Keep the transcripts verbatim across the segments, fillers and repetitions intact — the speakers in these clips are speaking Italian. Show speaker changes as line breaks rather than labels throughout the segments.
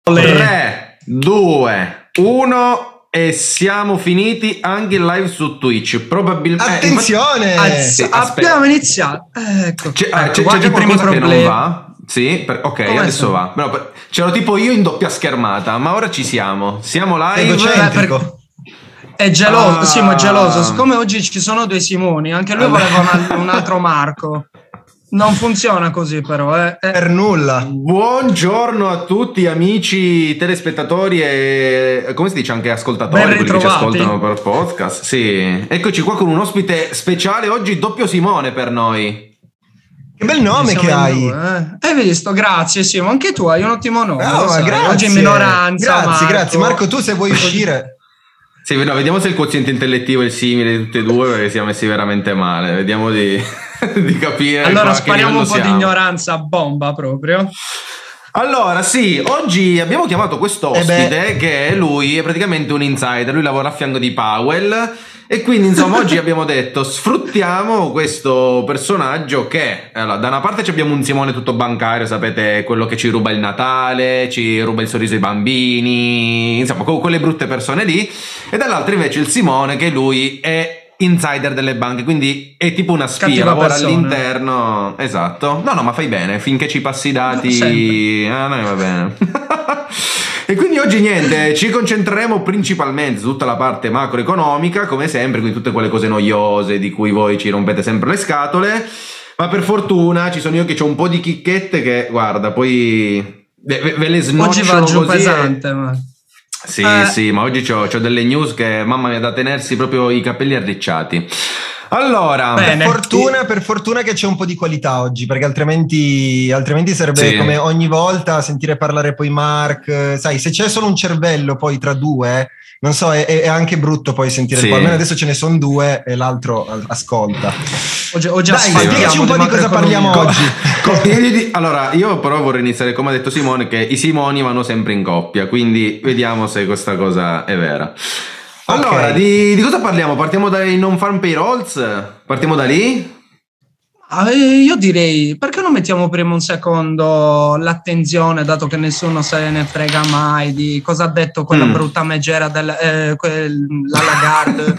tre, due, uno e siamo finiti anche in live su Twitch. Probabilmente.
Attenzione!
Eh, sì, abbiamo iniziato. Ecco.
C'è,
ecco,
c'è, c'è già qualcosa che non va? Sì, per, ok,
Come
adesso
sono?
va. No, c'ero tipo io in doppia schermata, ma ora ci siamo. Siamo live.
Egocentrico.
È geloso,
Ah.
Simo è geloso. Siccome oggi ci sono due Simoni, anche lui
Allora.
voleva un, un altro Marco. Non funziona così, però. Eh. Eh.
Per nulla.
Buongiorno a tutti, amici telespettatori e come si dice anche ascoltatori,
Ben
quelli che ci
ritrovati.
ascoltano per podcast. Sì, eccoci qua con un ospite speciale oggi, doppio Simone per noi.
Che bel nome
Siamo
che
in
hai.
due, eh. Hai visto? Grazie, Simo. Anche tu hai un ottimo nome.
No,
lo sai.
grazie.
Oggi in minoranza.
Grazie,
Marco.
grazie. Marco, tu se vuoi uscire.
Sì, no, vediamo se il quoziente intellettivo è simile di tutti e due, perché siamo messi veramente male. Vediamo di, di capire.
Allora
qua a che
spariamo un po'
livello
di
siamo.
ignoranza a bomba proprio.
Allora, sì, oggi abbiamo chiamato questo
Eh beh.
ospite che è lui, è praticamente un insider, lui lavora a fianco di Powell e quindi insomma oggi abbiamo detto sfruttiamo questo personaggio che, allora, da una parte ci abbiamo un Simone tutto bancario, sapete, quello che ci ruba il Natale, ci ruba il sorriso ai bambini, insomma con quelle brutte persone lì, e dall'altra invece il Simone che lui è insider delle banche, quindi è tipo una spia,
Cattiva
lavora
persona.
all'interno. Esatto. No, no, ma fai bene, finché ci passi i dati.
Sempre.
Ah, noi va bene. E quindi oggi niente, ci concentreremo principalmente su tutta la parte macroeconomica, come sempre, quindi tutte quelle cose noiose di cui voi ci rompete sempre le scatole. Ma per fortuna ci sono io che ho un po' di chicchette che, guarda, poi ve, ve le snocciolo
Oggi va giù
così e-
pesante, ma...
Sì,
Eh.
sì, ma oggi c'ho, c'ho delle news che, mamma mia, da tenersi proprio i capelli arricciati. Allora,
Bene.
Per fortuna, per fortuna che c'è un po' di qualità oggi, perché altrimenti, altrimenti sarebbe
Sì.
come ogni volta sentire parlare poi Mark. eh, Sai, se c'è solo un cervello poi tra due, non so, è, è anche brutto poi sentire
Sì.
il po'. Almeno adesso ce ne sono due e l'altro a- ascolta.
Oggi, oggi
Dai,
asfaltiamo
spiegaci un po' di cosa
macroeconomia.
parliamo oggi.
Co- io di- allora, io però vorrei iniziare, come ha detto Simone, che i Simoni vanno sempre in coppia, quindi vediamo se questa cosa è vera. Allora,
Ok.
di, di cosa parliamo? Partiamo dai non-farm payrolls? Partiamo da lì?
Ah, eh, io direi, perché non mettiamo prima un secondo l'attenzione, dato che nessuno se ne frega mai di cosa ha detto quella
Mm.
brutta megera del, eh, quel- la Lagarde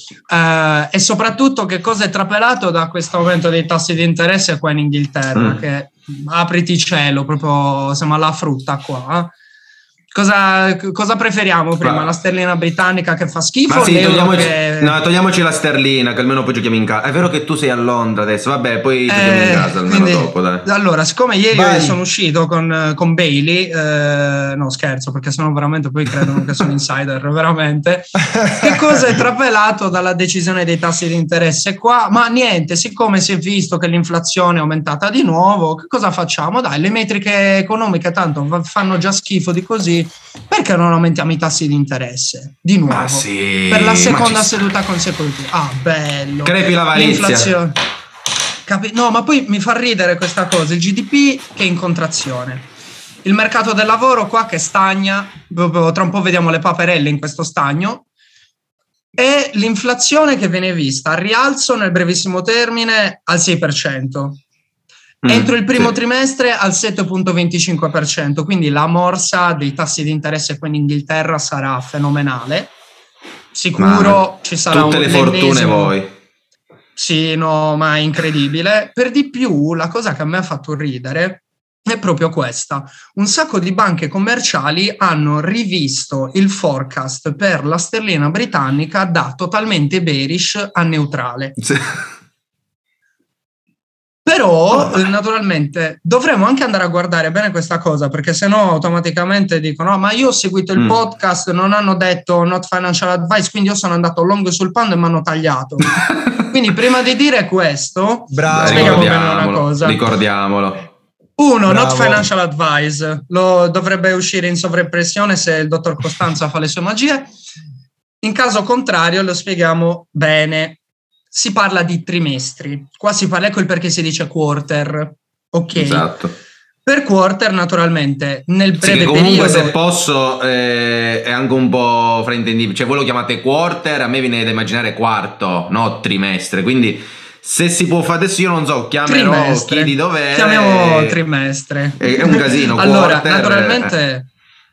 eh, e soprattutto che cosa è trapelato da questo aumento dei tassi di interesse qua in Inghilterra,
Mm.
che apriti cielo, proprio siamo alla frutta qua. eh. Cosa, cosa preferiamo prima,
Ma-
la sterlina britannica che fa schifo
Ma
o
sì,
l'euro
togliamoci,
che...
no, togliamoci la sterlina, che almeno poi giochiamo in casa. È vero che tu sei a Londra adesso, vabbè, poi giochiamo in
Eh,
casa almeno
quindi-
dopo, dai.
Allora, siccome ieri
Vai.
sono uscito con, con Bailey, eh, no scherzo, perché sennò veramente poi credono che sono insider, veramente. Che cosa è trapelato dalla decisione dei tassi di interesse qua? Ma niente, siccome si è visto che l'inflazione è aumentata di nuovo, che cosa facciamo? Dai, le metriche economiche tanto va- fanno già schifo di così, perché non aumentiamo i tassi di interesse? Di nuovo.
Ma sì,
Per la
ma
seconda
ci sta.
seduta consecutiva. Ah, bello.
Crepi l'avarizia.
L'inflazione. Capi- no, ma poi mi fa ridere questa cosa, il G D P che è in contrazione, il mercato del lavoro qua che stagna, proprio tra un po' vediamo le paperelle in questo stagno, e l'inflazione che viene vista a rialzo nel brevissimo termine al sei per cento.
Mm,
Entro il primo
sì.
trimestre al sette virgola venticinque per cento, quindi la morsa dei tassi di interesse qua in Inghilterra sarà fenomenale. Sicuro
Ma
ci sarà
tutte
un
le fortune
l'ennesimo-
voi.
Sì, no, ma è incredibile. Per di più, la cosa che a me ha fatto ridere è proprio questa. Un sacco di banche commerciali hanno rivisto il forecast per la sterlina britannica da totalmente bearish a neutrale.
Sì.
Però,
Vabbè.
eh, naturalmente, dovremmo anche andare a guardare bene questa cosa, perché sennò automaticamente dicono: no, ma io ho seguito il
Mm.
podcast, non hanno detto not financial advice, quindi io sono andato long sul pound e mi hanno tagliato. Quindi, prima di dire questo,
Bravo.
spieghiamo bene una
Ricordiamolo,
cosa.
ricordiamolo.
Uno,
Bravo.
not financial advice, lo dovrebbe uscire in sovraimpressione se il dottor Costanza fa le sue magie. In caso contrario, lo spieghiamo bene. Si parla di trimestri. Qua si parla, ecco il perché si dice quarter. Ok.
Esatto.
Per quarter, naturalmente, nel
Sì,
breve
che comunque
periodo.
se posso eh, è anche un po' fraintendibile, cioè voi lo chiamate quarter, a me viene da immaginare quarto, no trimestre, quindi se si può fare adesso io non so, chiamerò
Trimestre.
chi di dov'è.
Chiamiamo
e-
trimestre.
È è un casino.
Allora,
quarter,
naturalmente,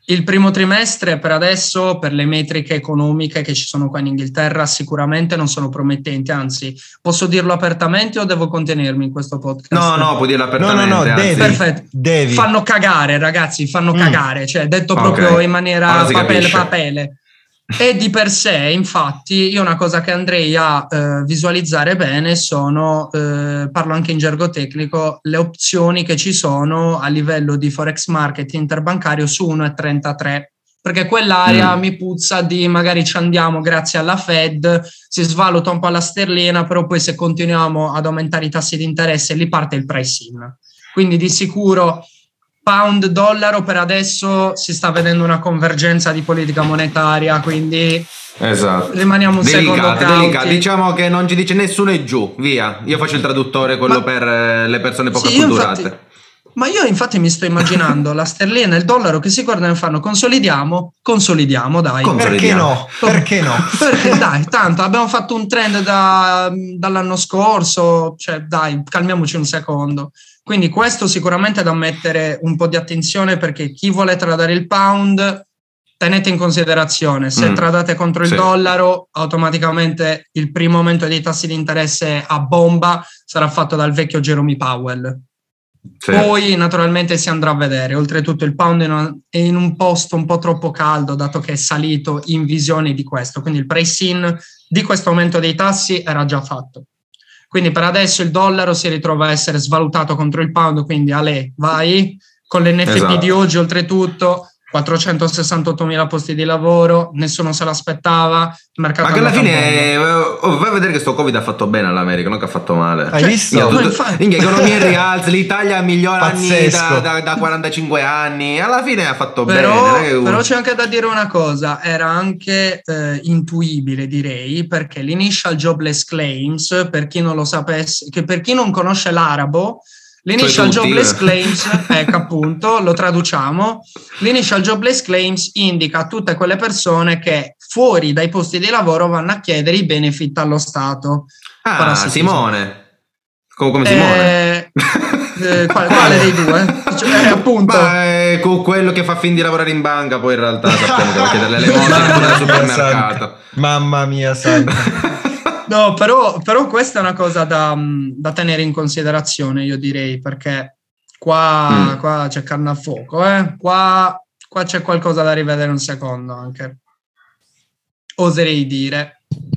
Il primo trimestre per adesso, per le metriche economiche che ci sono qua in Inghilterra, sicuramente non sono promettenti, anzi, posso dirlo apertamente o devo contenermi in questo podcast?
No, no, puoi dirlo apertamente.
No, no, no, devi.
Perfetto.
Devi.
Fanno cagare, ragazzi, fanno
Mm.
cagare, cioè detto
Ok.
proprio in maniera
Allora si
papele
capisce.
papele. E di per sé, infatti, io una cosa che andrei a eh, visualizzare bene sono, eh, parlo anche in gergo tecnico, le opzioni che ci sono a livello di forex market interbancario su uno virgola trentatré, perché quell'area
Mm.
mi puzza di magari ci andiamo grazie alla Fed, si svaluta un po' la sterlina, però poi se continuiamo ad aumentare i tassi di interesse lì parte il price in. Quindi di sicuro pound dollaro per adesso si sta vedendo una convergenza di politica monetaria, quindi
Esatto.
rimaniamo un secondo
Delicato,
cauti.
delicato. Diciamo che non ci dice nessuno e giù, via. Io faccio il traduttore, quello
Ma-
per eh, le persone poco
Sì, io
acculturate.
infatti- ma io infatti mi sto immaginando la sterlina e il dollaro che si guardano e fanno consolidiamo, consolidiamo, dai.
Con-
Perché no? Perché no?
Perché dai, tanto abbiamo fatto un trend da- dall'anno scorso, cioè dai, calmiamoci un secondo. Quindi questo sicuramente è da mettere un po' di attenzione, perché chi vuole tradare il pound, tenete in considerazione, se
Mm.
tradate contro il
Sì.
dollaro, automaticamente il primo aumento dei tassi di interesse a bomba sarà fatto dal vecchio Jerome Powell.
Sì.
Poi naturalmente si andrà a vedere. Oltretutto il pound è in un- è in un posto un po' troppo caldo, dato che è salito in visione di questo, quindi il price in di questo aumento dei tassi era già fatto. Quindi per adesso il dollaro si ritrova a essere svalutato contro il pound, quindi Ale, vai con l'N F P
Esatto.
di oggi, oltretutto quattrocentosessantottomila posti di lavoro, nessuno se l'aspettava, il mercato
Ma che
è
alla
andato a
fine
bomba.
eh, oh, vai a vedere che sto Covid ha fatto bene all'America, non che ha fatto male.
Hai
Cioè,
visto?
Minchia,
No,
tutto-
infatti-
minchia, economia in rialzo, l'Italia migliora anni
Pazzesco.
da, da, da quarantacinque anni, alla fine ha fatto
Però,
bene. non è che-
però c'è anche da dire una cosa, era anche eh, intuibile, direi, perché l'initial jobless claims, per chi non lo sapesse, che per chi non conosce l'arabo, l'initial
Cioè tutti,
jobless
eh.
claims, ecco appunto, lo traduciamo, l'initial jobless claims indica a tutte quelle persone che fuori dai posti di lavoro vanno a chiedere i benefit allo Stato.
Ah,
Parassitismo.
Simone. Come, come Simone.
Eh, eh, quale, quale dei due? Cioè, eh, appunto.
Ma è con quello che fa fin di lavorare in banca, poi in realtà sappiamo che va a chiedere le elemosine
Mamma
pure al
mia
supermercato.
santa. Mamma mia santa.
No, però, però questa è una cosa da, da tenere in considerazione, io direi, perché qua,
Mm.
qua c'è carne al fuoco, eh? qua, qua c'è qualcosa da rivedere un secondo anche, oserei dire.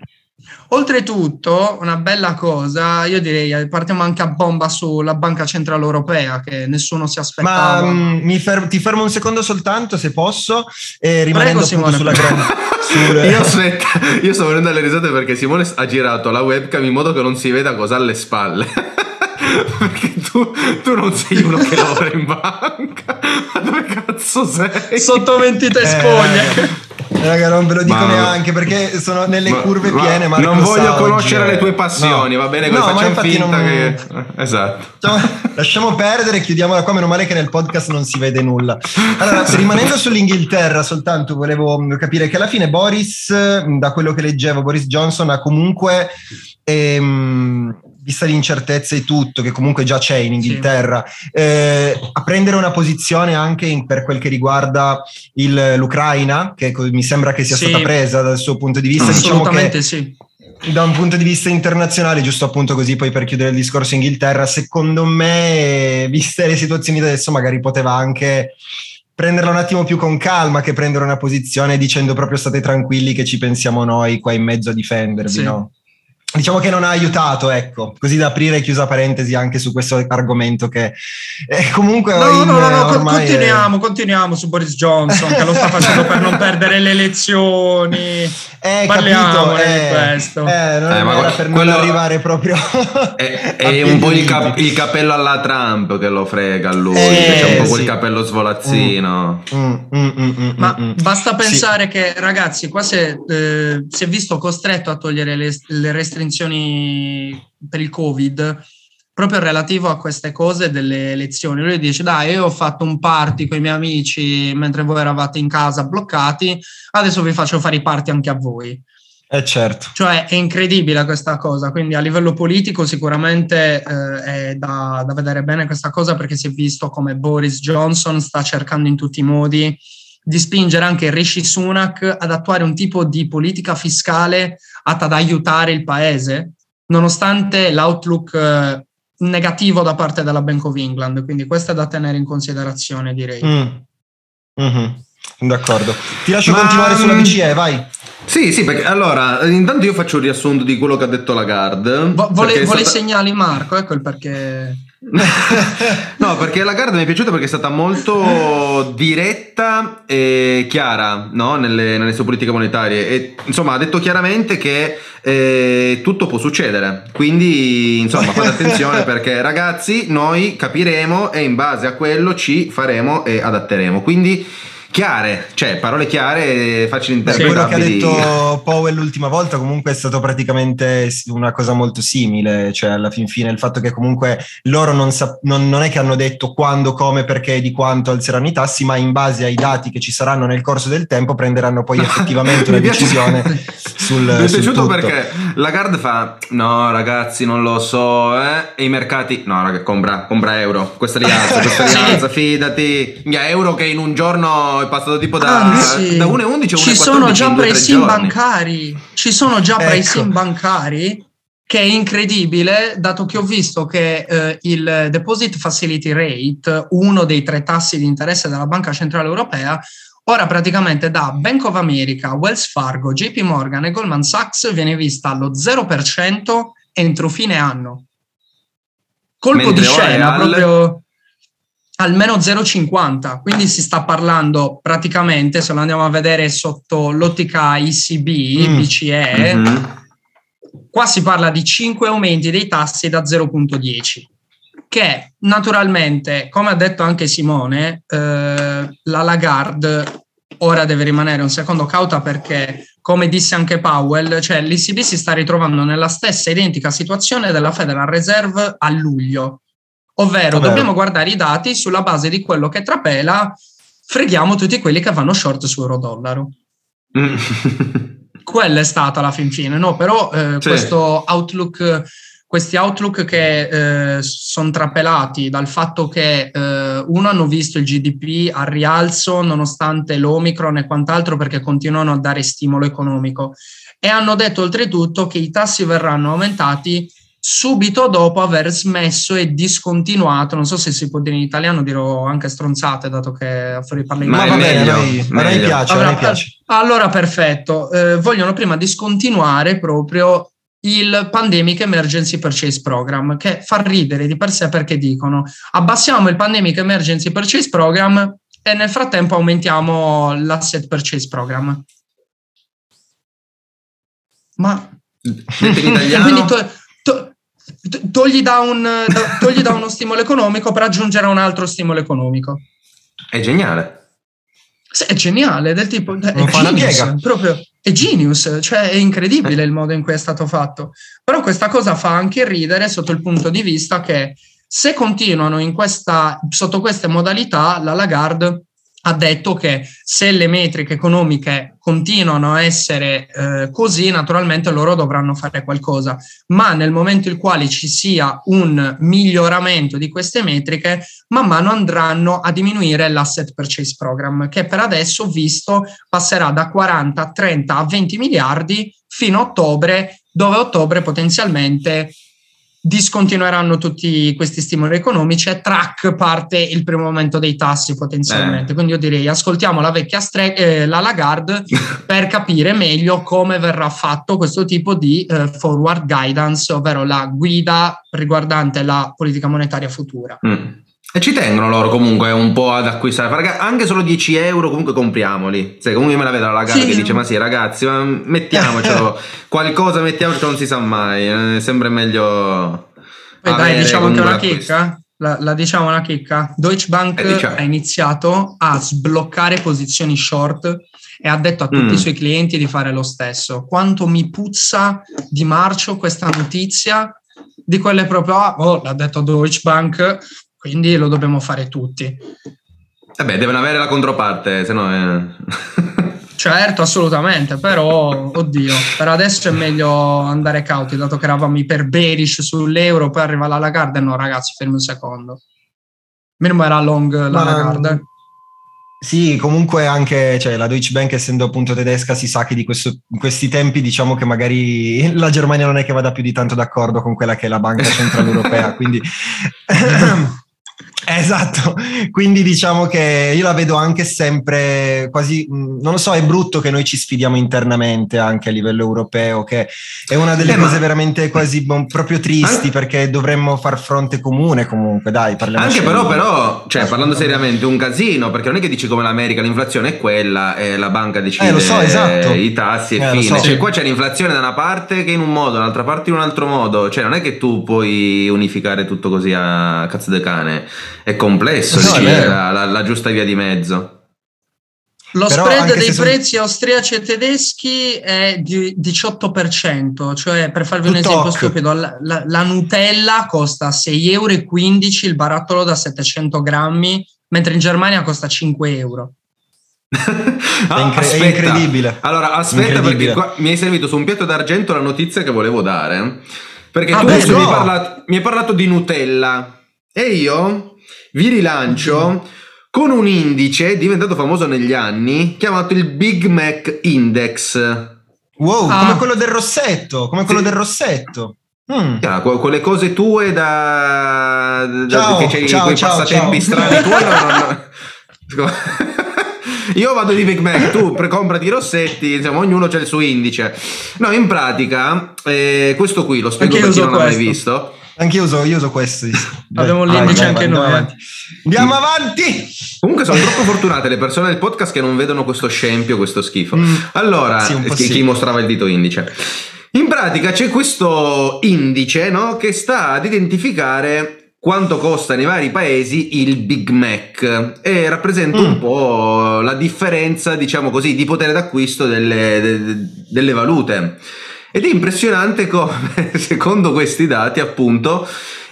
Oltretutto, una bella cosa, io direi, partiamo anche a bomba sulla Banca Centrale Europea, che nessuno si
Ma
aspettava.
mm, mi fer- ti fermo un secondo soltanto, se posso, e rimanendo
Prego,
appunto
Simone.
sulla grande... sul-
Io, aspetta, io sto venendo alle risate perché Simone ha girato la webcam in modo che non si veda cosa ha alle spalle. Perché tu, tu non sei uno che lavora in banca. Ma dove cazzo sei?
Sotto ventite
Eh,
spoglie.
Raga, non ve lo dico
Ma-
neanche perché sono nelle
Ma-
curve
ma
piene. Marco
non voglio
sa
conoscere
oggi,
le tue
eh.
passioni,
No.
va bene?
No,
Così
ma
facciamo
infatti
finta
non-
che. Esatto.
Lasciamo, lasciamo perdere, chiudiamola qua, meno male che nel podcast non si vede nulla. Allora, rimanendo sull'Inghilterra, soltanto volevo capire che alla fine Boris, da quello che leggevo, Boris Johnson ha comunque, ehm, vista l'incertezza e tutto, che comunque già c'è in Inghilterra, eh, a prendere una posizione anche in- per quel che riguarda il- l'Ucraina, che co- mi sembra che sia
Sì.
stata presa dal suo punto di vista. Diciamo
Assolutamente
che
sì.
da un punto di vista internazionale, giusto appunto così poi per chiudere il discorso Inghilterra, secondo me, viste le situazioni di adesso, magari poteva anche prenderla un attimo più con calma che prendere una posizione dicendo proprio state tranquilli che ci pensiamo noi qua in mezzo a difendervi,
Sì.
no? Diciamo che non ha aiutato, ecco, così da aprire e chiusa parentesi anche su questo argomento che eh, comunque
No,
in-
no, no, no, con-
ormai è-
continuiamo, continuiamo su Boris Johnson, che lo sta facendo per non perdere le elezioni.
Eh,
Parliamone
capito,
di
eh,
questo.
eh, non
Eh, ma
era per
quello-
non arrivare proprio
È,
a
è un po' il,
piedi
cap-
uniti.
il capello alla Trump che lo frega a lui,
Eh,
che c'è un po'
sì.
quel capello svolazzino.
Mm, mm, mm, mm,
Ma
mm, mm.
basta
Sì.
pensare che, ragazzi, qua si è, eh, si è visto costretto a togliere le, le restrizioni per il Covid proprio relativo a queste cose delle elezioni. Lui dice: dai, io ho fatto un party con i miei amici mentre voi eravate in casa bloccati, adesso vi faccio fare i party anche a voi.
Eh certo.
Cioè è incredibile questa cosa, quindi a livello politico sicuramente eh, è da, da vedere bene questa cosa, perché si è visto come Boris Johnson sta cercando in tutti i modi di spingere anche Rishi Sunak ad attuare un tipo di politica fiscale atta ad aiutare il paese, nonostante l'outlook eh, negativo da parte della Bank of England. Quindi questo è da tenere in considerazione, direi.
Mm. Mm-hmm. D'accordo. Ti lascio
Ma...
continuare sulla B C E, vai.
Sì, sì, perché allora, intanto io faccio un riassunto di quello che ha detto Lagarde.
Vo- vole, vole
stata...
segnali, Marco, ecco il perché.
No, perché Lagarde mi è piaciuta perché è stata molto diretta e chiara, no? nelle, nelle sue politiche monetarie, e insomma ha detto chiaramente che eh, tutto può succedere, quindi insomma fate attenzione perché ragazzi noi capiremo e in base a quello ci faremo e adatteremo, quindi chiare, cioè parole chiare e facili interpretabili.
Quello che ha detto Powell l'ultima volta comunque è stato praticamente una cosa molto simile, cioè alla fin fine il fatto che comunque loro non, sa- non, non è che hanno detto quando, come, perché e di quanto alzeranno i tassi, ma in base ai dati che ci saranno nel corso del tempo prenderanno poi effettivamente una decisione sul,
mi è
sul
piaciuto
tutto.
Perché Lagarde fa no ragazzi non lo so eh? E i mercati no raga compra, compra euro, questa rialza, questa rialza, fidati, euro che in un giorno è passato tipo da,
Anzi,
da uno virgola undici a
ci
uno virgola
sono
quattordici
già
in due,
pricing bancari ci sono già
ecco.
pricing bancari, che è incredibile, dato che ho visto che eh, il deposit facility rate, uno dei tre tassi di interesse della Banca Centrale Europea, ora praticamente da Bank of America, Wells Fargo, J P Morgan e Goldman Sachs viene vista allo zero per cento entro fine anno. Colpo
mentre
di scena
al...
proprio almeno zero virgola cinquanta, quindi si sta parlando praticamente, se lo andiamo a vedere sotto l'ottica E C B,
mm.
B C E,
mm-hmm.
qua si parla di cinque aumenti dei tassi da zero virgola dieci, che naturalmente, come ha detto anche Simone, eh, la Lagarde ora deve rimanere un secondo cauta perché, come disse anche Powell, cioè l'E C B si sta ritrovando nella stessa identica situazione della Federal Reserve a luglio. Ovvero,
Vabbè.
dobbiamo guardare i dati sulla base di quello che trapela, freghiamo tutti quelli che vanno short su euro-dollaro.
Mm.
Quella è stata la fin fine, no? Però eh,
sì.
questo outlook, questi outlook che eh, sono trapelati dal fatto che eh, uno hanno visto il G D P al rialzo nonostante l'Omicron e quant'altro perché continuano a dare stimolo economico, e hanno detto oltretutto che i tassi verranno aumentati subito dopo aver smesso e discontinuato, non so se si può dire in italiano, dirò anche stronzate dato che fuori parla in
ma va bene,
meglio,
noi, a noi piace,
allora,
a noi piace.
Allora perfetto, eh, vogliono prima discontinuare proprio il Pandemic Emergency Purchase Program, che fa ridere di per sé perché dicono abbassiamo il Pandemic Emergency Purchase Program e nel frattempo aumentiamo l'Asset Purchase Program. Ma
detto in italiano
quindi to- to- togli, da un, da, togli da uno stimolo economico per aggiungere a un altro stimolo economico.
È geniale.
Sì, è geniale, del tipo è
non fa una
genius,
piega.
proprio è genius, cioè è incredibile il modo in cui è stato fatto. Però questa cosa fa anche ridere sotto il punto di vista che se continuano in questa, sotto queste modalità, la Lagarde ha detto che se le metriche economiche continuano a essere eh, così, naturalmente loro dovranno fare qualcosa, ma nel momento in quale ci sia un miglioramento di queste metriche, man mano andranno a diminuire l'asset purchase program, che per adesso, visto, passerà da quaranta a trenta a venti miliardi fino a ottobre, dove a ottobre potenzialmente discontinueranno tutti questi stimoli economici e track parte il primo momento dei tassi potenzialmente. Eh. Quindi io direi ascoltiamo la vecchia stre- eh, la Lagarde per capire meglio come verrà fatto questo tipo di eh, forward guidance, ovvero la guida riguardante la politica monetaria futura.
Mm. E ci tengono loro comunque un po' ad acquistare, perché anche solo dieci euro comunque compriamoli. Se comunque io me la vedo la Lagarde sì. che dice ma sì ragazzi ma mettiamocelo qualcosa, mettiamocelo, non si sa mai, eh, sembra meglio.
Poi dai, diciamo anche una chicca, la, la diciamo una chicca. Deutsche Bank eh, diciamo. ha iniziato a sbloccare posizioni short e ha detto a tutti mm. i suoi clienti di fare lo stesso. Quanto mi puzza di marcio questa notizia, di quelle proprio, oh, l'ha detto Deutsche Bank, quindi lo dobbiamo fare tutti.
Vabbè, devono avere la controparte, se no è...
Certo, assolutamente, però, oddio, per adesso è meglio andare cauti, dato che eravamo iper bearish sull'euro, poi arriva la Lagarde, no ragazzi, fermi un secondo. Meno era long la
Ma,
Lagarde.
Sì, comunque anche cioè, la Deutsche Bank, essendo appunto tedesca, si sa che di questo, in questi tempi diciamo che magari la Germania non è che vada più di tanto d'accordo con quella che è la Banca Centrale Europea, quindi esatto, quindi diciamo che io la vedo anche sempre quasi, non lo so, è brutto che noi ci sfidiamo internamente anche a livello europeo, che è una delle
eh,
cose
ma...
veramente quasi bon, proprio tristi,
anche...
perché dovremmo far fronte comune comunque, dai, parliamo
anche però, però, cioè parlando seriamente, un casino, perché non è che dici come l'America, l'inflazione è quella e la banca decide
eh, lo so, esatto.
i tassi e
eh,
fine,
so.
cioè qua c'è l'inflazione da una parte che in un modo, dall'altra parte in un altro modo, cioè non è che tu puoi unificare tutto così a cazzo de cane, è complesso
no,
decidere la, la, la giusta via di mezzo.
Lo
Però
spread dei
son...
prezzi austriaci e tedeschi è di diciotto per cento, cioè per farvi un
Tutto
esempio
hoc.
stupido, la, la, la Nutella costa sei euro e quindici il barattolo da settecento grammi, mentre in Germania costa cinque euro.
ah,
è, incre-
aspetta.
è incredibile.
Allora aspetta,
incredibile.
perché qua mi hai servito su un piatto d'argento la notizia che volevo dare, perché
ah,
tu
beh,
no. mi, hai
no.
parlato, mi hai parlato di Nutella e io vi rilancio mm. con un indice diventato famoso negli anni chiamato il Big Mac Index.
Wow,
ah.
come quello del rossetto, come quello
sì.
del rossetto. Mm.
Yeah, quelle cose tue da, da
ciao,
che c'hai
ciao,
quei
ciao,
passatempi
ciao.
strani tuoi. Non, non... Io vado di Big Mac, tu comprati i rossetti, insomma ognuno c'ha il suo indice. No, in pratica eh, questo qui lo spiego per chi non l'ha mai visto.
Anche io uso, io uso questo.
Abbiamo l'indice anche
andiamo
noi.
Avanti. Andiamo avanti.
Comunque sono troppo fortunate le persone del podcast che non vedono questo scempio, questo schifo.
Mm.
Allora,
sì,
chi,
sì.
chi mostrava il dito indice. In pratica c'è questo indice, no, che sta ad identificare quanto costa nei vari paesi il Big Mac e rappresenta mm. un po' la differenza, diciamo così, di potere d'acquisto delle, de, delle valute. Ed è impressionante come, secondo questi dati, appunto,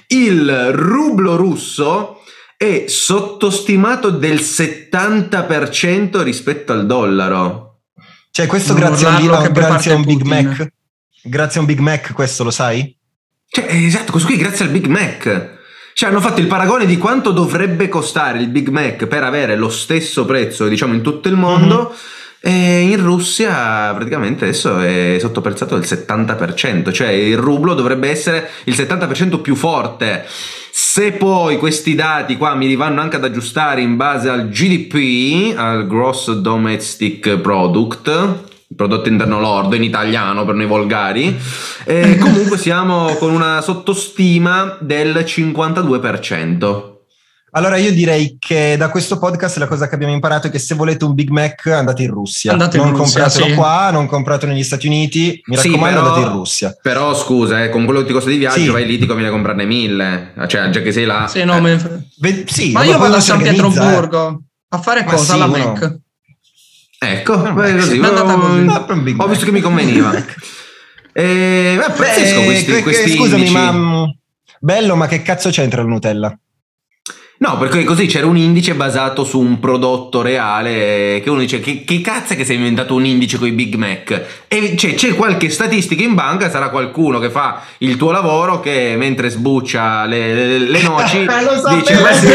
il rublo russo è sottostimato del settanta per cento rispetto al dollaro.
Cioè, questo non grazie, a un, grazie a un Big Putin. Mac? Grazie a un Big Mac, questo lo sai?
Cioè, esatto, questo qui grazie al Big Mac. Cioè, hanno fatto il paragone di quanto dovrebbe costare il Big Mac per avere lo stesso prezzo, diciamo, in tutto il mondo. Mm-hmm. E in Russia praticamente adesso è sottoprezzato del settanta per cento, cioè il rublo dovrebbe essere il settanta per cento più forte. Se poi questi dati qua mi vanno anche ad aggiustare in base al G D P, al Gross Domestic Product, il prodotto interno lordo in italiano per noi volgari, e comunque siamo con una sottostima del cinquantadue per cento.
Allora io direi che da questo podcast la cosa che abbiamo imparato è che se volete un Big Mac andate in Russia,
andate
non
in Russia,
compratelo
sì.
qua, non compratelo negli Stati Uniti, mi
sì,
raccomando
però,
andate in Russia.
Però scusa, eh, con quello che ti costa di viaggio sì. vai lì, ti conviene comprarne mille, cioè già che sei là.
Sì, no,
eh.
me...
Ve- sì,
ma io vado a San Pietroburgo eh. a fare ma cosa sì, alla uno... Mac.
Ecco,
no,
beh, così,
no,
così. Ho visto che mi conveniva. eh, beh, pazzesco questi,
che,
questi
scusami,
indici.
ma bello, ma che cazzo c'entra la Nutella?
No, perché così c'era un indice basato su un prodotto reale che uno dice che, che cazzo è che si è inventato un indice con i Big Mac? E c'è, c'è qualche statistica in banca, sarà qualcuno che fa il tuo lavoro che mentre sbuccia le, le, le noci
lo
dice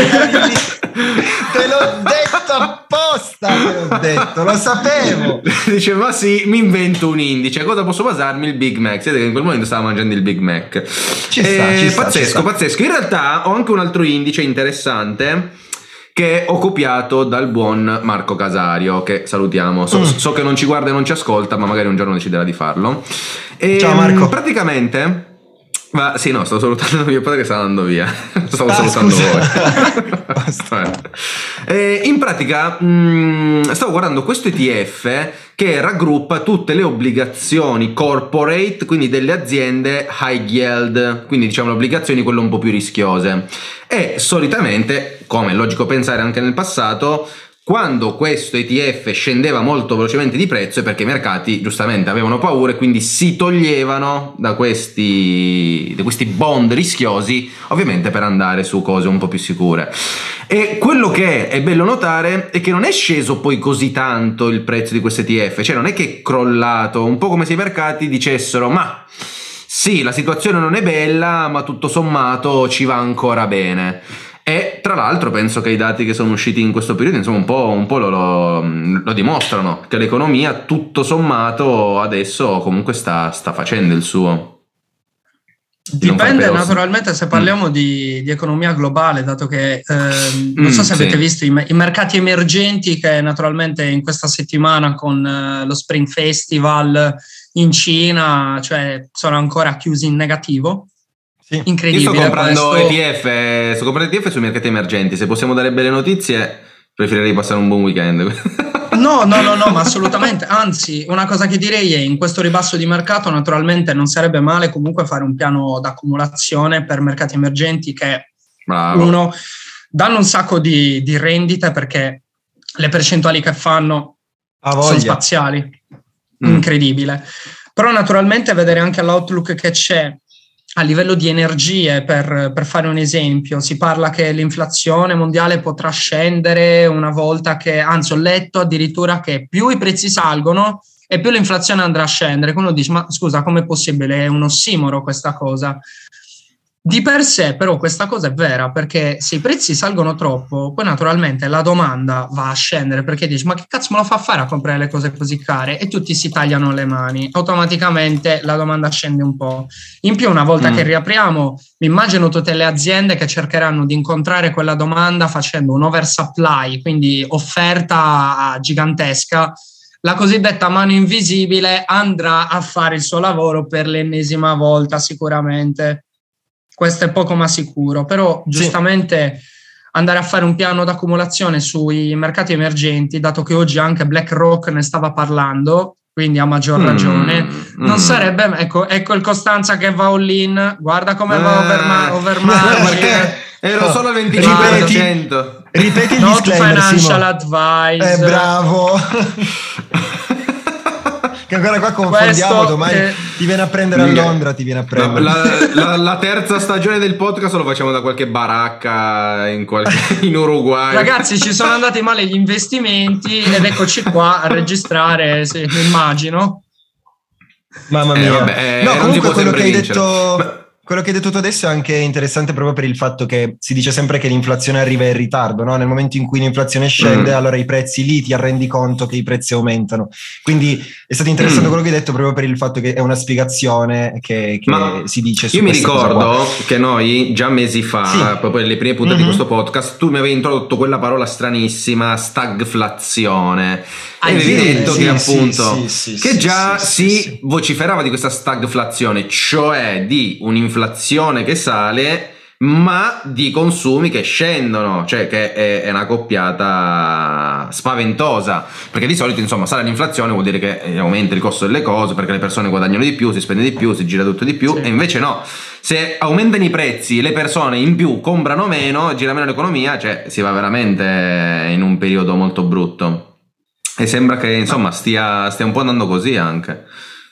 te l'ho detto apposta, te l'ho detto, lo sapevo.
Dice ma sì, mi invento un indice, cosa posso basarmi? Il Big Mac. Siete che in quel momento stava mangiando il Big Mac.
Ci sta,
eh,
ci sta,
pazzesco,
ci sta.
pazzesco. In realtà ho anche un altro indice interessante che ho copiato dal buon Marco Casario, che salutiamo. So, mm. so che non ci guarda e non ci ascolta, ma magari un giorno deciderà di farlo. E,
ciao Marco.
Praticamente ma sì, no, sto salutando mio padre che sta andando via. Stavo
ah,
salutando voi. E in pratica mh, stavo guardando questo E T F che raggruppa tutte le obbligazioni corporate, quindi delle aziende high yield, quindi diciamo le obbligazioni quelle un po' più rischiose. E solitamente, come è logico pensare anche nel passato, quando questo E T F scendeva molto velocemente di prezzo è perché i mercati giustamente avevano paura e quindi si toglievano da questi, da questi bond rischiosi, ovviamente per andare su cose un po' più sicure. E quello che è bello notare è che non è sceso poi così tanto il prezzo di questo E T F, cioè non è che è crollato, un po' come se i mercati dicessero ma sì, la situazione non è bella, ma tutto sommato ci va ancora bene. E tra l'altro penso che i dati che sono usciti in questo periodo insomma un po', un po' lo, lo, lo dimostrano, che l'economia tutto sommato adesso comunque sta, sta facendo il suo.
Dipende naturalmente se parliamo mm. di, di economia globale, dato che eh, non so se mm, avete sì. visto i, i mercati emergenti che naturalmente in questa settimana con eh, lo Spring Festival in Cina, cioè sono ancora chiusi in negativo. Sì. Incredibile.
Io sto comprando
questo.
E T F, sto comprando E T F sui mercati emergenti. Se possiamo dare belle notizie, preferirei passare un buon weekend.
No, no, no, no, ma assolutamente. Anzi, una cosa che direi è in questo ribasso di mercato, naturalmente non sarebbe male comunque fare un piano d'accumulazione per mercati emergenti che, Bravo. uno, danno un sacco di, di rendite perché le percentuali che fanno sono spaziali. Mm. Incredibile. Però naturalmente vedere anche l'outlook che c'è a livello di energie, per, per fare un esempio, si parla che l'inflazione mondiale potrà scendere una volta che, anzi ho letto addirittura che più i prezzi salgono e più l'inflazione andrà a scendere. Quindi uno dice, ma scusa, com'è possibile? È un ossimoro questa cosa. Di per sé però questa cosa è vera, perché se i prezzi salgono troppo, poi naturalmente la domanda va a scendere, perché dici ma che cazzo me lo fa fare a comprare le cose così care, e tutti si tagliano le mani, automaticamente la domanda scende un po'. In più una volta mm. che riapriamo, mi immagino tutte le aziende che cercheranno di incontrare quella domanda facendo un oversupply, quindi offerta gigantesca. La cosiddetta mano invisibile andrà a fare il suo lavoro per l'ennesima volta sicuramente. Questo è poco ma sicuro, però giustamente sì. andare a fare un piano d'accumulazione sui mercati emergenti, dato che oggi anche BlackRock ne stava parlando, quindi a maggior ragione, mm, non mm. sarebbe, ecco, ecco il Costanza che va all in, guarda come eh, va over, over margin.
Ero solo al venticinque per cento.
Ripeti il
Not
disclaimer,
financial
Simo.
advice.
Eh, bravo. Che ancora qua confondiamo, questo domani che... ti viene a prendere a Londra, ti viene a prendere.
La, la, la terza stagione del podcast lo facciamo da qualche baracca in, qualche, in Uruguay.
Ragazzi, ci sono andati male gli investimenti ed eccoci qua a registrare, sì, immagino.
Mamma mia.
Eh, vabbè, eh,
no, comunque quello che hai
vincere.
detto...
Ma...
Quello che hai detto tu adesso è anche interessante proprio per il fatto che si dice sempre che l'inflazione arriva in ritardo, no? Nel momento in cui l'inflazione scende, mm. allora i prezzi lì ti rendi conto che i prezzi aumentano. Quindi è stato interessante mm. quello che hai detto proprio per il fatto che è una spiegazione che, che
Ma
si dice su
io mi ricordo che noi già mesi fa, sì. proprio nelle prime puntate mm-hmm. di questo podcast, tu mi avevi introdotto quella parola stranissima, stagflazione.
Ah,
e avevi
sì,
detto
sì,
che
sì,
appunto
sì, sì,
che
sì,
già
sì,
si
sì, sì.
vociferava di questa stagflazione, cioè di un'inflazione che sale ma di consumi che scendono, cioè che è, è una coppiata spaventosa, perché di solito insomma sale l'inflazione vuol dire che aumenta il costo delle cose perché le persone guadagnano di più, si spende di più, si gira tutto di più, sì. e invece no, se aumentano i prezzi le persone in più comprano meno, gira meno l'economia, cioè si va veramente in un periodo molto brutto. E sembra che insomma stia, stia un po' andando così anche.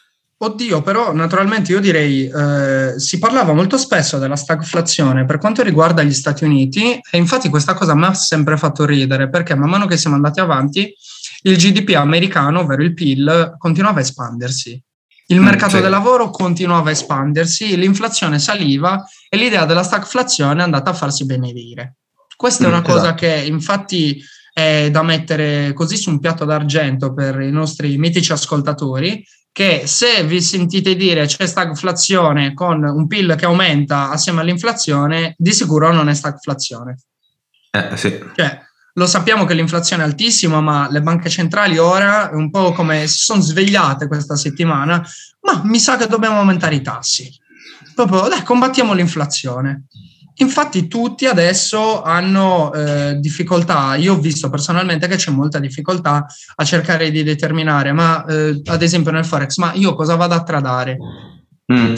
Oddio, però naturalmente io direi eh, si parlava molto spesso della stagflazione per quanto riguarda gli Stati Uniti, e infatti questa cosa mi ha sempre fatto ridere, perché man mano che siamo andati avanti il G D P americano, ovvero il P I L, continuava a espandersi. Il mercato sì. del lavoro continuava a espandersi, l'inflazione saliva e l'idea della stagflazione è andata a farsi benedire. Questa è una mm, cosa esatto. che infatti è da mettere così su un piatto d'argento per i nostri mitici ascoltatori, che se vi sentite dire c'è stagflazione con un P I L che aumenta assieme all'inflazione, di sicuro non è stagflazione.
Eh, sì.
Cioè, lo sappiamo che l'inflazione è altissima, ma le banche centrali ora, un po' come si sono svegliate questa settimana, ma mi sa che dobbiamo aumentare i tassi. Proprio, dai, combattiamo l'inflazione. Infatti tutti adesso hanno eh, difficoltà, io ho visto personalmente che c'è molta difficoltà a cercare di determinare, ma eh, ad esempio nel Forex, ma io cosa vado a tradare? Mm.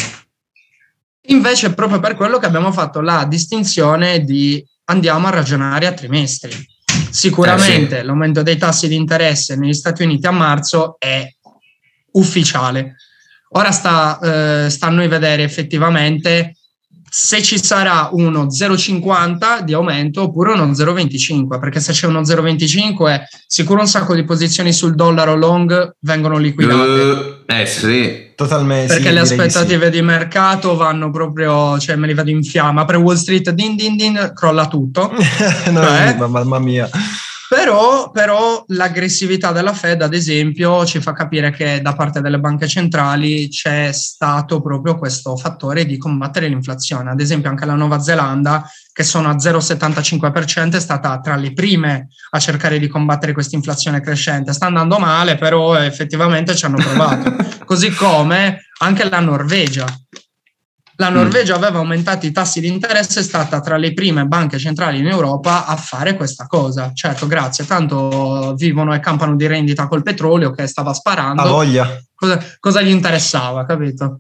Invece proprio per quello che abbiamo fatto la distinzione di andiamo a ragionare a trimestri. Sicuramente eh sì. l'aumento dei tassi di interesse negli Stati Uniti a marzo è ufficiale. Ora sta, eh, sta a noi vedere effettivamente se ci sarà uno zero virgola cinquanta di aumento oppure uno zero virgola venticinque, perché se c'è uno zero virgola venticinque sicuro un sacco di posizioni sul dollaro long vengono liquidate.
Uh, eh sì.
Totalmente.
Perché
sì,
le aspettative
di,
sì. di mercato vanno proprio, cioè me li vedo in fiamma. Apre Wall Street, din din din, crolla tutto.
no, cioè, mamma mia.
Però, però l'aggressività della Fed, ad esempio, ci fa capire che da parte delle banche centrali c'è stato proprio questo fattore di combattere l'inflazione. Ad esempio anche la Nuova Zelanda, che sono a zero virgola settantacinque per cento, è stata tra le prime a cercare di combattere questa inflazione crescente. Sta andando male, però effettivamente ci hanno provato. Così come anche la Norvegia. La Norvegia aveva aumentato i tassi di interesse, è stata tra le prime banche centrali in Europa a fare questa cosa. Certo, grazie, tanto vivono e campano di rendita col petrolio che stava sparando.
A voglia.
Cosa, cosa gli interessava, capito?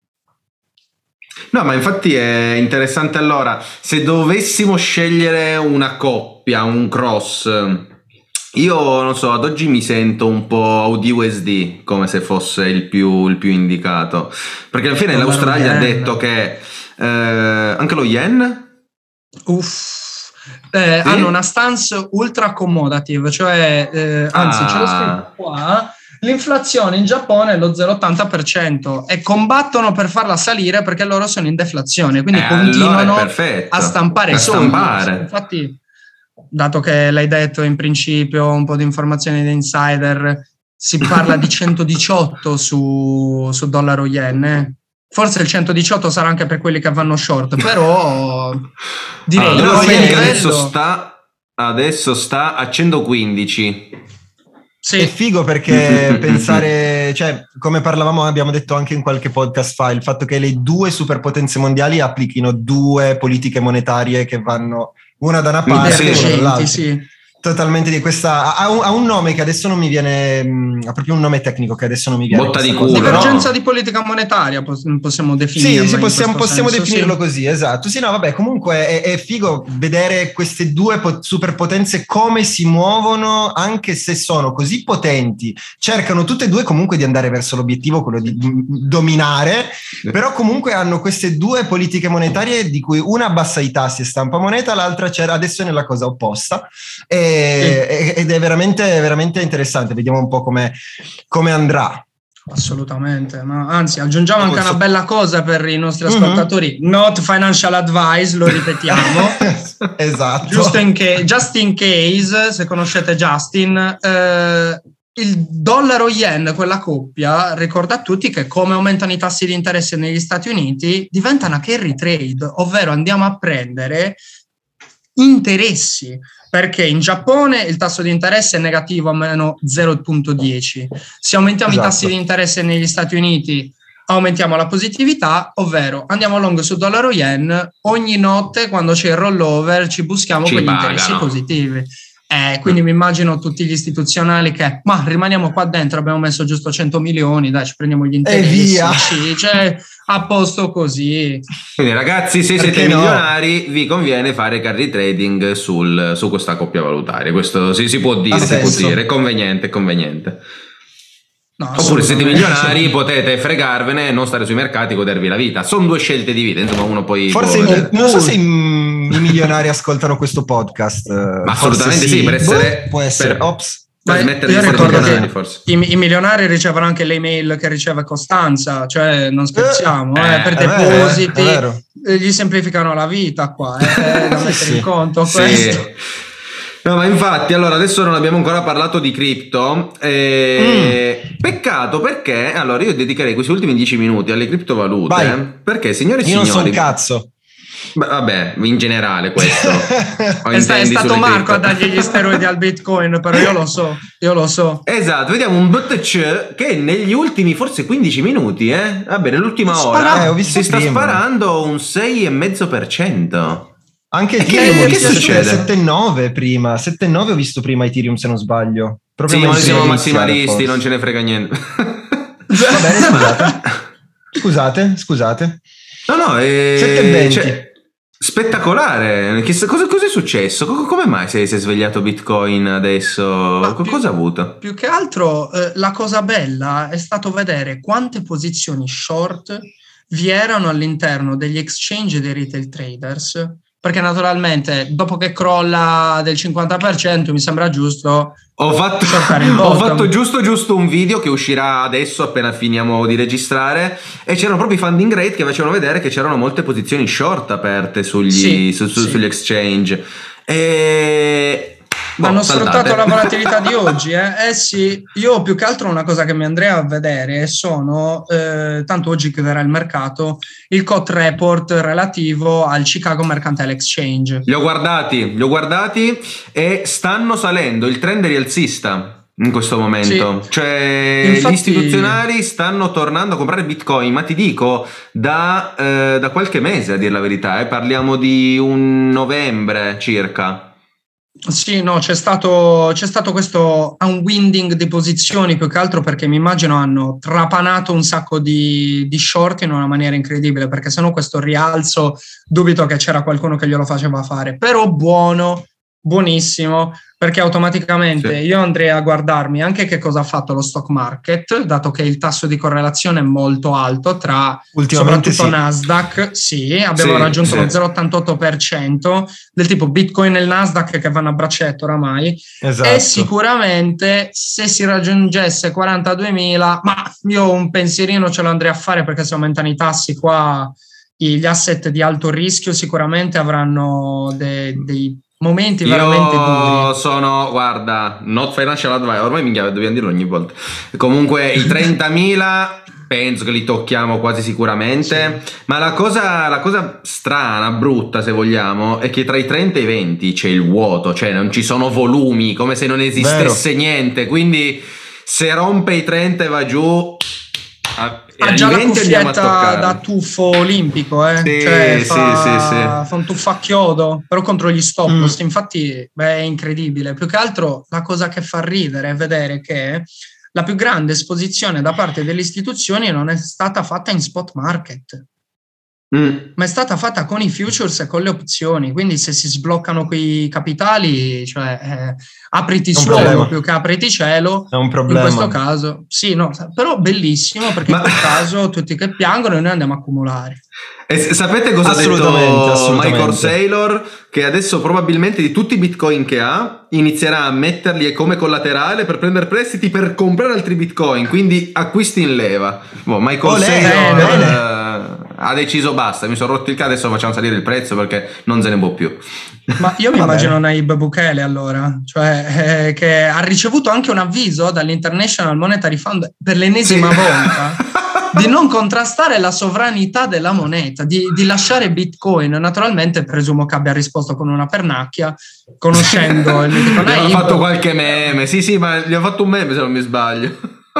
No, ma infatti è interessante. Allora, se dovessimo scegliere una coppia, un cross, io non so, ad oggi mi sento un po' A U D U S D come se fosse il più, il più indicato, perché alla fine
Dollaro
l'Australia
yen.
ha detto che eh, anche lo yen
Uff, eh,
sì?
hanno una stance ultra accommodative, cioè eh, anzi
ah.
ce l'ho scritto qua, l'inflazione in Giappone è lo zero virgola ottanta per cento e combattono per farla salire perché loro sono in deflazione, quindi
eh,
continuano
allora
a stampare
a
soldi.
stampare.
Infatti, dato che l'hai detto in principio, un po' di informazioni di insider, si parla di centodiciotto su, su dollaro yen, eh. Forse il centodiciotto sarà anche per quelli che vanno short, però direi
allora,
come livello...
adesso sta adesso sta a centoquindici.
Sì.
È figo perché pensare, cioè, come parlavamo, abbiamo detto anche in qualche podcast fa, il fatto che le due superpotenze mondiali applichino due politiche monetarie che vanno una da una parte e una dall'altra.
Sì.
Totalmente di questa ha un, ha un nome che adesso non mi viene, ha proprio un nome tecnico che adesso non mi viene.
Botta di culo.
Divergenza
no?
di politica monetaria possiamo definirla.
Sì, sì possiamo, possiamo
senso,
definirlo
sì.
così, esatto. Sì, no, vabbè, comunque è, è figo vedere queste due po- superpotenze come si muovono, anche se sono così potenti, cercano tutte e due comunque di andare verso l'obiettivo, quello di dominare, però comunque hanno queste due politiche monetarie di cui una abbassa i tassi e stampa moneta, l'altra c'era adesso è nella cosa opposta. E ed è veramente, veramente interessante, vediamo un po' come, come andrà.
Assolutamente, ma anzi aggiungiamo anche
so...
una bella cosa per i nostri ascoltatori, mm-hmm. not financial advice, lo ripetiamo.
Esatto.
Giusto in che, just in case, se conoscete Justin, eh, il dollaro yen, quella coppia, ricorda a tutti che come aumentano i tassi di interesse negli Stati Uniti diventa una carry trade, ovvero andiamo a prendere interessi. Perché in Giappone il tasso di interesse è negativo a meno zero virgola dieci. Se aumentiamo esatto. i tassi di interesse negli Stati Uniti, aumentiamo la positività, ovvero andiamo long su dollaro yen, ogni notte quando c'è il rollover ci buschiamo ci quegli pagano. Interessi positivi. Eh, quindi mm. mi immagino tutti gli istituzionali che ma rimaniamo qua dentro, abbiamo messo giusto cento milioni, dai ci prendiamo gli interessi,
e via.
Sì, cioè, a posto così.
Quindi ragazzi, se
Perché
siete
no?
milionari vi conviene fare carry trading sul, su questa coppia valutaria, questo si, si può dire, si può dire, è conveniente, è conveniente. No, oppure se siete milionari sì. potete fregarvene e non stare sui mercati, godervi la vita. Sono due scelte di vita, insomma uno poi
forse
può...
il, non so se i, i milionari ascoltano questo podcast.
Ma assolutamente sì. sì, per essere
boh, può essere
per,
Ops.
per smettere di essere milionari, forse.
I, i milionari ricevono anche le email che riceve Costanza, cioè non scherziamo, eh, eh, per depositi,
vero,
eh, gli semplificano la vita qua, eh, da mettere sì. in conto
sì.
questo.
No, ma infatti, allora adesso non abbiamo ancora parlato di cripto. E... Mm. Peccato perché allora io dedicherei questi ultimi dieci minuti alle criptovalute.
Vai.
Perché, signore e
io
signori,
non so un cazzo.
Beh, vabbè, in generale questo.
è, sta, è stato Marco a dargli gli steroidi al Bitcoin, però io lo so, io lo so.
Esatto, vediamo un B T C che negli ultimi forse quindici minuti, eh? Vabbè, nell'ultima ora
eh, ho
si sta
prima.
sparando un sei virgola cinque per cento.
Anche Ethereum ho visto sette virgola nove prima, sette virgola nove ho visto prima Ethereum se non sbaglio.
Proprio sì, ma noi siamo massimalisti, forse. Non ce ne frega niente.
Va bene, scusate. Scusate, scusate.
No, no, eh,
sette virgola venti.
Cioè, spettacolare. Cosa, cosa è successo? Come mai si è svegliato Bitcoin adesso? Più, cosa ha avuto?
Più che altro eh, la cosa bella è stato vedere quante posizioni short vi erano all'interno degli exchange dei retail traders, perché naturalmente dopo che crolla del cinquanta per cento mi sembra giusto
ho fatto, ho fatto giusto giusto un video che uscirà adesso appena finiamo di registrare, e c'erano proprio i funding rate che facevano vedere che c'erano molte posizioni short aperte sugli,
sì,
su, su,
sì.
sugli exchange, e
hanno
oh,
sfruttato la volatilità di oggi, eh? eh sì, io più che altro una cosa che mi andrei a vedere sono, eh, tanto oggi chiuderà il mercato, il C O T report relativo al Chicago Mercantile Exchange.
Li ho guardati, li ho guardati e stanno salendo, il trend è rialzista in questo momento, sì. Cioè infatti, gli istituzionali stanno tornando a comprare Bitcoin, ma ti dico da, eh, da qualche mese, a dire la verità, eh? Parliamo di un novembre circa.
Sì, no, c'è stato, c'è stato questo unwinding di posizioni, più che altro perché mi immagino hanno trapanato un sacco di, di short in una maniera incredibile, perché sennò questo rialzo dubito che c'era qualcuno che glielo faceva fare, però buono, buonissimo, perché automaticamente sì. Io andrei a guardarmi anche che cosa ha fatto lo stock market, dato che il tasso di correlazione è molto alto tra soprattutto sì. Nasdaq, sì, abbiamo sì, raggiunto sì. lo zero virgola ottantotto per cento del tipo Bitcoin e il Nasdaq che vanno a braccetto oramai, esatto. E sicuramente se si raggiungesse quarantaduemila, ma io un pensierino ce lo andrei a fare, perché se aumentano i tassi qua gli asset di alto rischio sicuramente avranno de, dei momenti veramente
Io
duri.
Io sono, guarda, not financial advice, ormai minchia, dobbiamo dirlo ogni volta. Comunque i trentamila penso che li tocchiamo quasi sicuramente, sì. Ma la cosa, la cosa strana, brutta se vogliamo, è che tra i trenta e i venti c'è il vuoto, cioè non ci sono volumi, come se non esistesse Vero. niente, quindi se rompe i trenta e va giù...
Ha ah, già la cuffietta da tuffo olimpico, eh?
Sì,
cioè,
sì,
fa,
sì, sì.
fa un tuffo a chiodo, però contro gli stop loss. Mm. Infatti, beh, è incredibile. Più che altro la cosa che fa ridere è vedere che la più grande esposizione da parte delle istituzioni non è stata fatta in spot market, mm. ma è stata fatta con i futures e con le opzioni. Quindi se si sbloccano quei capitali, cioè eh, apriti suolo più che apriti cielo,
è un problema.
In questo caso sì, no, però bellissimo, perché ma... in quel caso tutti che piangono e noi andiamo a accumulare.
E sapete cosa ha detto Michael Saylor? Che adesso probabilmente di tutti i bitcoin che ha inizierà a metterli come collaterale per prendere prestiti per comprare altri bitcoin, quindi acquisti in leva. Boh, Michael Olè, Saylor eh, ha deciso basta, mi sono rotto il cazzo, adesso facciamo salire il prezzo perché non se ne può più.
Ma io mi immagino Nayib Bukele allora, cioè eh, che ha ricevuto anche un avviso dall'International Monetary Fund per l'ennesima sì. volta di non contrastare la sovranità della moneta, di, di lasciare Bitcoin. Naturalmente presumo che abbia risposto con una pernacchia, conoscendo il mitico Nayib.
Ha fatto qualche meme, sì sì, ma gli ho fatto un meme se non mi sbaglio.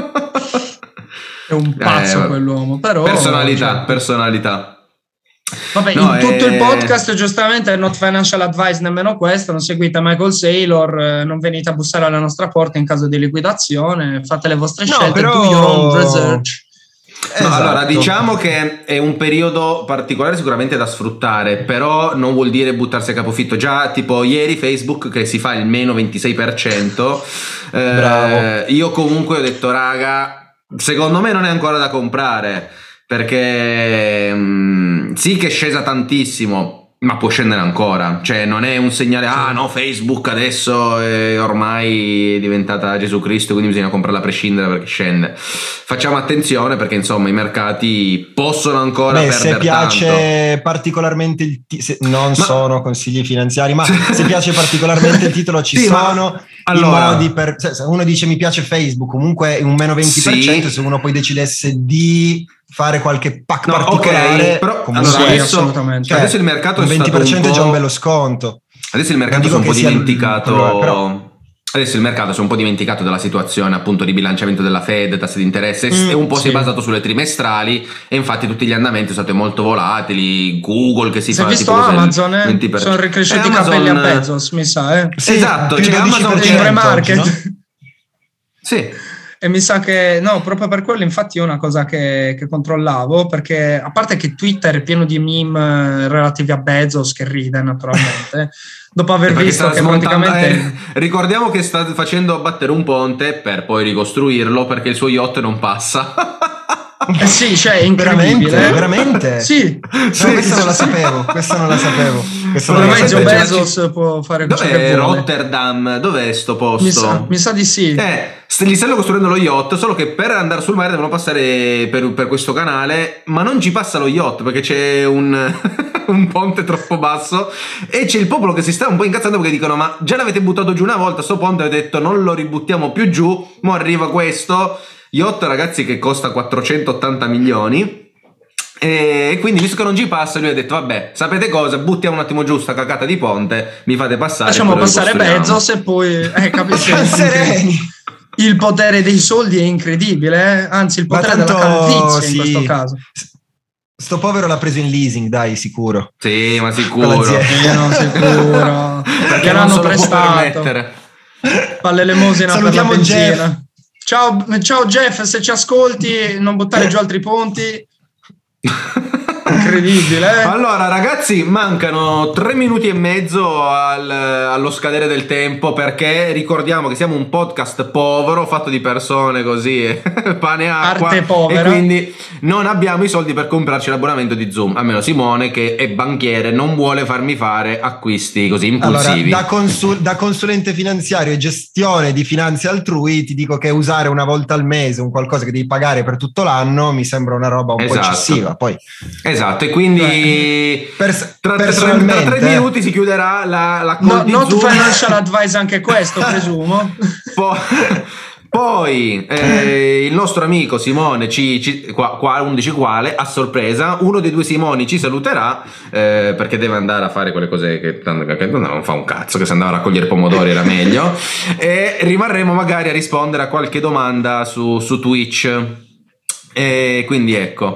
È un pazzo eh, quell'uomo, però...
Personalità, cioè, personalità.
Vabbè, no, in tutto eh... il podcast giustamente not financial advice nemmeno questo, non seguite Michael Saylor, eh, non venite a bussare alla nostra porta in caso di liquidazione, fate le vostre no, scelte, però... do your own research.
No, esatto. Allora diciamo che è un periodo particolare sicuramente da sfruttare, però non vuol dire buttarsi a capofitto. Già tipo ieri Facebook che si fa il meno ventisei per cento, eh, io comunque ho detto raga, secondo me non è ancora da comprare, perché mh, sì che è scesa tantissimo, ma può scendere ancora, cioè non è un segnale ah no Facebook adesso è ormai diventata Gesù Cristo, quindi bisogna comprarla a prescindere perché scende. Facciamo attenzione perché insomma i mercati possono ancora
Beh,
perdere
se piace
tanto.
particolarmente il ti- se non ma... sono consigli finanziari, ma se piace particolarmente il titolo ci sì, sono ma... allora... i modi per, cioè, se uno dice mi piace Facebook comunque un meno venti per cento, sì. Se uno poi decidesse di fare qualche pack no, particolare,
okay, però allora,
sì,
adesso,
assolutamente.
Cioè, adesso il mercato
un
è
venti per cento
stato un po'...
è già un bello sconto.
Adesso il mercato si è un po' dimenticato il... però... Adesso il mercato si è un po' dimenticato della situazione appunto di bilanciamento della Fed, tassi di interesse mm, e un po' sì. si è basato sulle trimestrali e infatti tutti gli andamenti sono stati molto volatili. Google che si, si fa
visto
tipo
Amazon eh? venti per cento. Sono ricresciuti i capelli a Bezos, mi sa eh?
Sì, esatto, c'è Amazon
che pre-market no?
Sì.
E mi sa che no, proprio per quello infatti è una cosa che, che controllavo, perché a parte che Twitter è pieno di meme relativi a Bezos che ride naturalmente dopo aver perché visto che praticamente
eh, ricordiamo che sta facendo abbattere un ponte per poi ricostruirlo perché il suo yacht non passa.
Eh sì, cioè è incredibile.
Veramente? Veramente?
Sì.
No,
Sì,
questa
sì,
non la
sì.
sapevo, questa non la sapevo. Questa non la
Ormai Joe
sapevo.
Bezos può fare ciò che
Dov'è
vuole.
Rotterdam? Dov'è sto posto?
Mi sa, mi sa di sì.
Eh, st- gli stanno costruendo lo yacht, solo che per andare sul mare devono passare per, per questo canale, ma non ci passa lo yacht perché c'è un, un ponte troppo basso e c'è il popolo che si sta un po' incazzando perché dicono ma già l'avete buttato giù una volta sto ponte, avete detto non lo ributtiamo più giù, mo arriva questo yacht ragazzi che costa quattrocentottanta milioni. E quindi visto che non ci passa lui ha detto vabbè sapete cosa, buttiamo un attimo giù sta cacata di ponte, mi fate passare,
Facciamo
poi lo
passare
ricostruiamo.
Bezos e poi eh, capisci,
Sereni.
il potere dei soldi è incredibile, eh? Anzi il
Ma
potere
tanto,
della calvizie
sì.
in questo caso.
Sto povero l'ha preso in leasing, dai, sicuro.
Sì, ma
Con
sicuro.
l'azienda.
Io non sicuro.
Perché non
l'hanno
se lo può
prestato.
permettere.
Fa l'elemosina per la
Salutiamo
benzina.
Jeff.
Ciao, ciao Jeff, se ci ascolti non buttare giù altri ponti. Incredibile, eh?
Allora ragazzi mancano tre minuti e mezzo al- allo scadere del tempo perché ricordiamo che siamo un podcast povero fatto di persone così pane e acqua
Arte povera.
e quindi non abbiamo i soldi per comprarci l'abbonamento di Zoom, almeno Simone che è banchiere non vuole farmi fare acquisti così
Allora,
impulsivi.
da, consul- da consulente finanziario e gestione di finanze altrui ti dico che usare una volta al mese un qualcosa che devi pagare per tutto l'anno mi sembra una roba un
Esatto.
po' eccessiva. Poi
Esatto, e quindi
Per-
tra, tra- tra
personalmente,
tre minuti si chiuderà la, la
No,
call di
not
Zoom.
financial advice anche questo, presumo.
Po- Poi eh, il nostro amico Simone, ci, ci, qua, qua undici quale, a sorpresa, uno dei due Simoni ci saluterà eh, perché deve andare a fare quelle cose che, che non fa un cazzo, che se andava a raccogliere pomodori era meglio, e rimarremo magari a rispondere a qualche domanda su, su Twitch. E quindi ecco.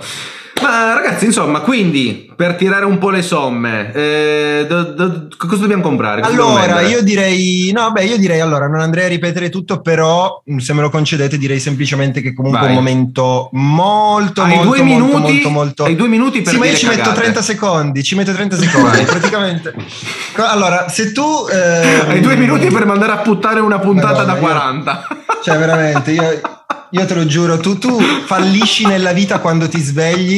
Ma ragazzi, insomma, quindi per tirare un po' le somme, eh, do, do, cosa dobbiamo comprare? Cosa dobbiamo
allora
vendere?
io direi no beh io direi allora non andrei a ripetere tutto, però se me lo concedete direi semplicemente che comunque è
Vai.
un momento molto
Hai
molto
due
molto,
minuti,
molto molto
hai due minuti per
sì, ma io
dire
ci metto
cagate.
trenta secondi ci metto trenta secondi
Vai.
praticamente. Allora se tu ehm,
Hai due minuti per mandare a puttane una puntata
Madonna,
da
io-
quaranta.
cioè veramente io, io te lo giuro, tu, tu fallisci nella vita quando ti svegli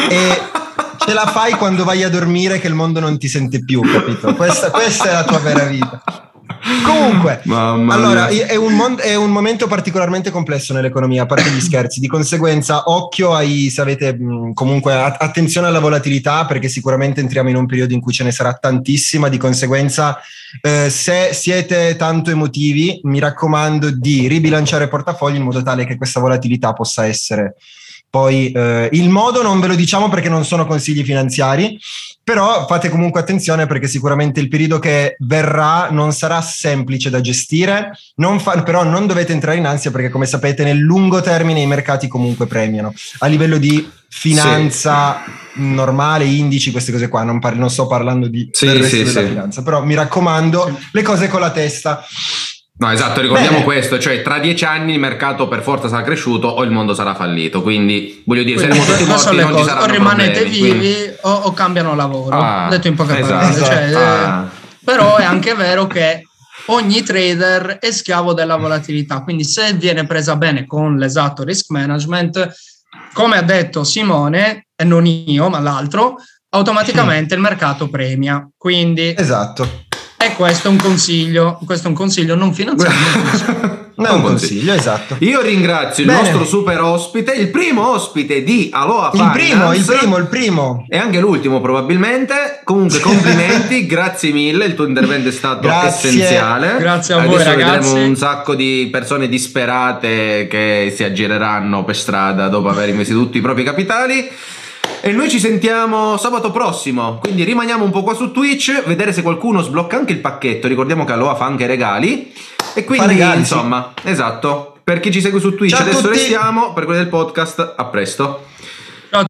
e ce la fai quando vai a dormire che il mondo non ti sente più, capito? Questa, questa è la tua vera vita. Comunque,
Mamma
allora
mia.
è un, mon- è un momento particolarmente complesso nell'economia, a parte gli scherzi. Di conseguenza, occhio ai, se avete mh, comunque a- attenzione alla volatilità, perché sicuramente entriamo in un periodo in cui ce ne sarà tantissima. Di conseguenza, eh, se siete tanto emotivi, mi raccomando di ribilanciare portafogli in modo tale che questa volatilità possa essere. Poi eh, il modo non ve lo diciamo perché non sono consigli finanziari, però fate comunque attenzione perché sicuramente il periodo che verrà non sarà semplice da gestire, non fa- però non dovete entrare in ansia perché come sapete nel lungo termine i mercati comunque premiano. A livello di finanza normale, indici, queste cose qua, non, par- non sto parlando di
Sì,
del resto
sì,
della
sì.
finanza, però mi raccomando le cose con la testa.
No, esatto, ricordiamo
Bene.
questo, cioè tra dieci anni il mercato per forza sarà cresciuto o il mondo sarà fallito, quindi voglio dire,
Quindi,
saremo tutti
non so
morti,
le
non ci
cose, o
saranno
rimanete
problemi,
vivi
quindi-
o, o cambiano lavoro,
Ah,
detto in poche
esatto.
parole. Cioè,
Ah.
eh, però è anche vero che ogni trader è schiavo della volatilità, quindi se viene presa bene con l'esatto risk management, come ha detto Simone, e non io ma l'altro, automaticamente il mercato premia. Quindi
Esatto.
e questo è un consiglio, questo è un consiglio non finanziario.
Non è un consiglio, esatto.
Io ringrazio il
Bene.
nostro super ospite, il primo ospite di Aloha
Il
Finance.
primo, il primo, il primo.
E anche l'ultimo probabilmente. Comunque complimenti, grazie mille, il tuo intervento è stato
Grazie.
essenziale.
Grazie a voi,
Adesso
ragazzi.
vedremo un sacco di persone disperate che si aggireranno per strada dopo aver investito tutti i propri capitali. E noi ci sentiamo sabato prossimo, quindi rimaniamo un po' qua su Twitch, vedere se qualcuno sblocca anche il pacchetto. Ricordiamo che Aloha fa anche regali. E quindi
regali,
insomma, esatto. Per chi ci segue su Twitch
Ciao a
adesso
tutti.
restiamo, per quelli del podcast a presto.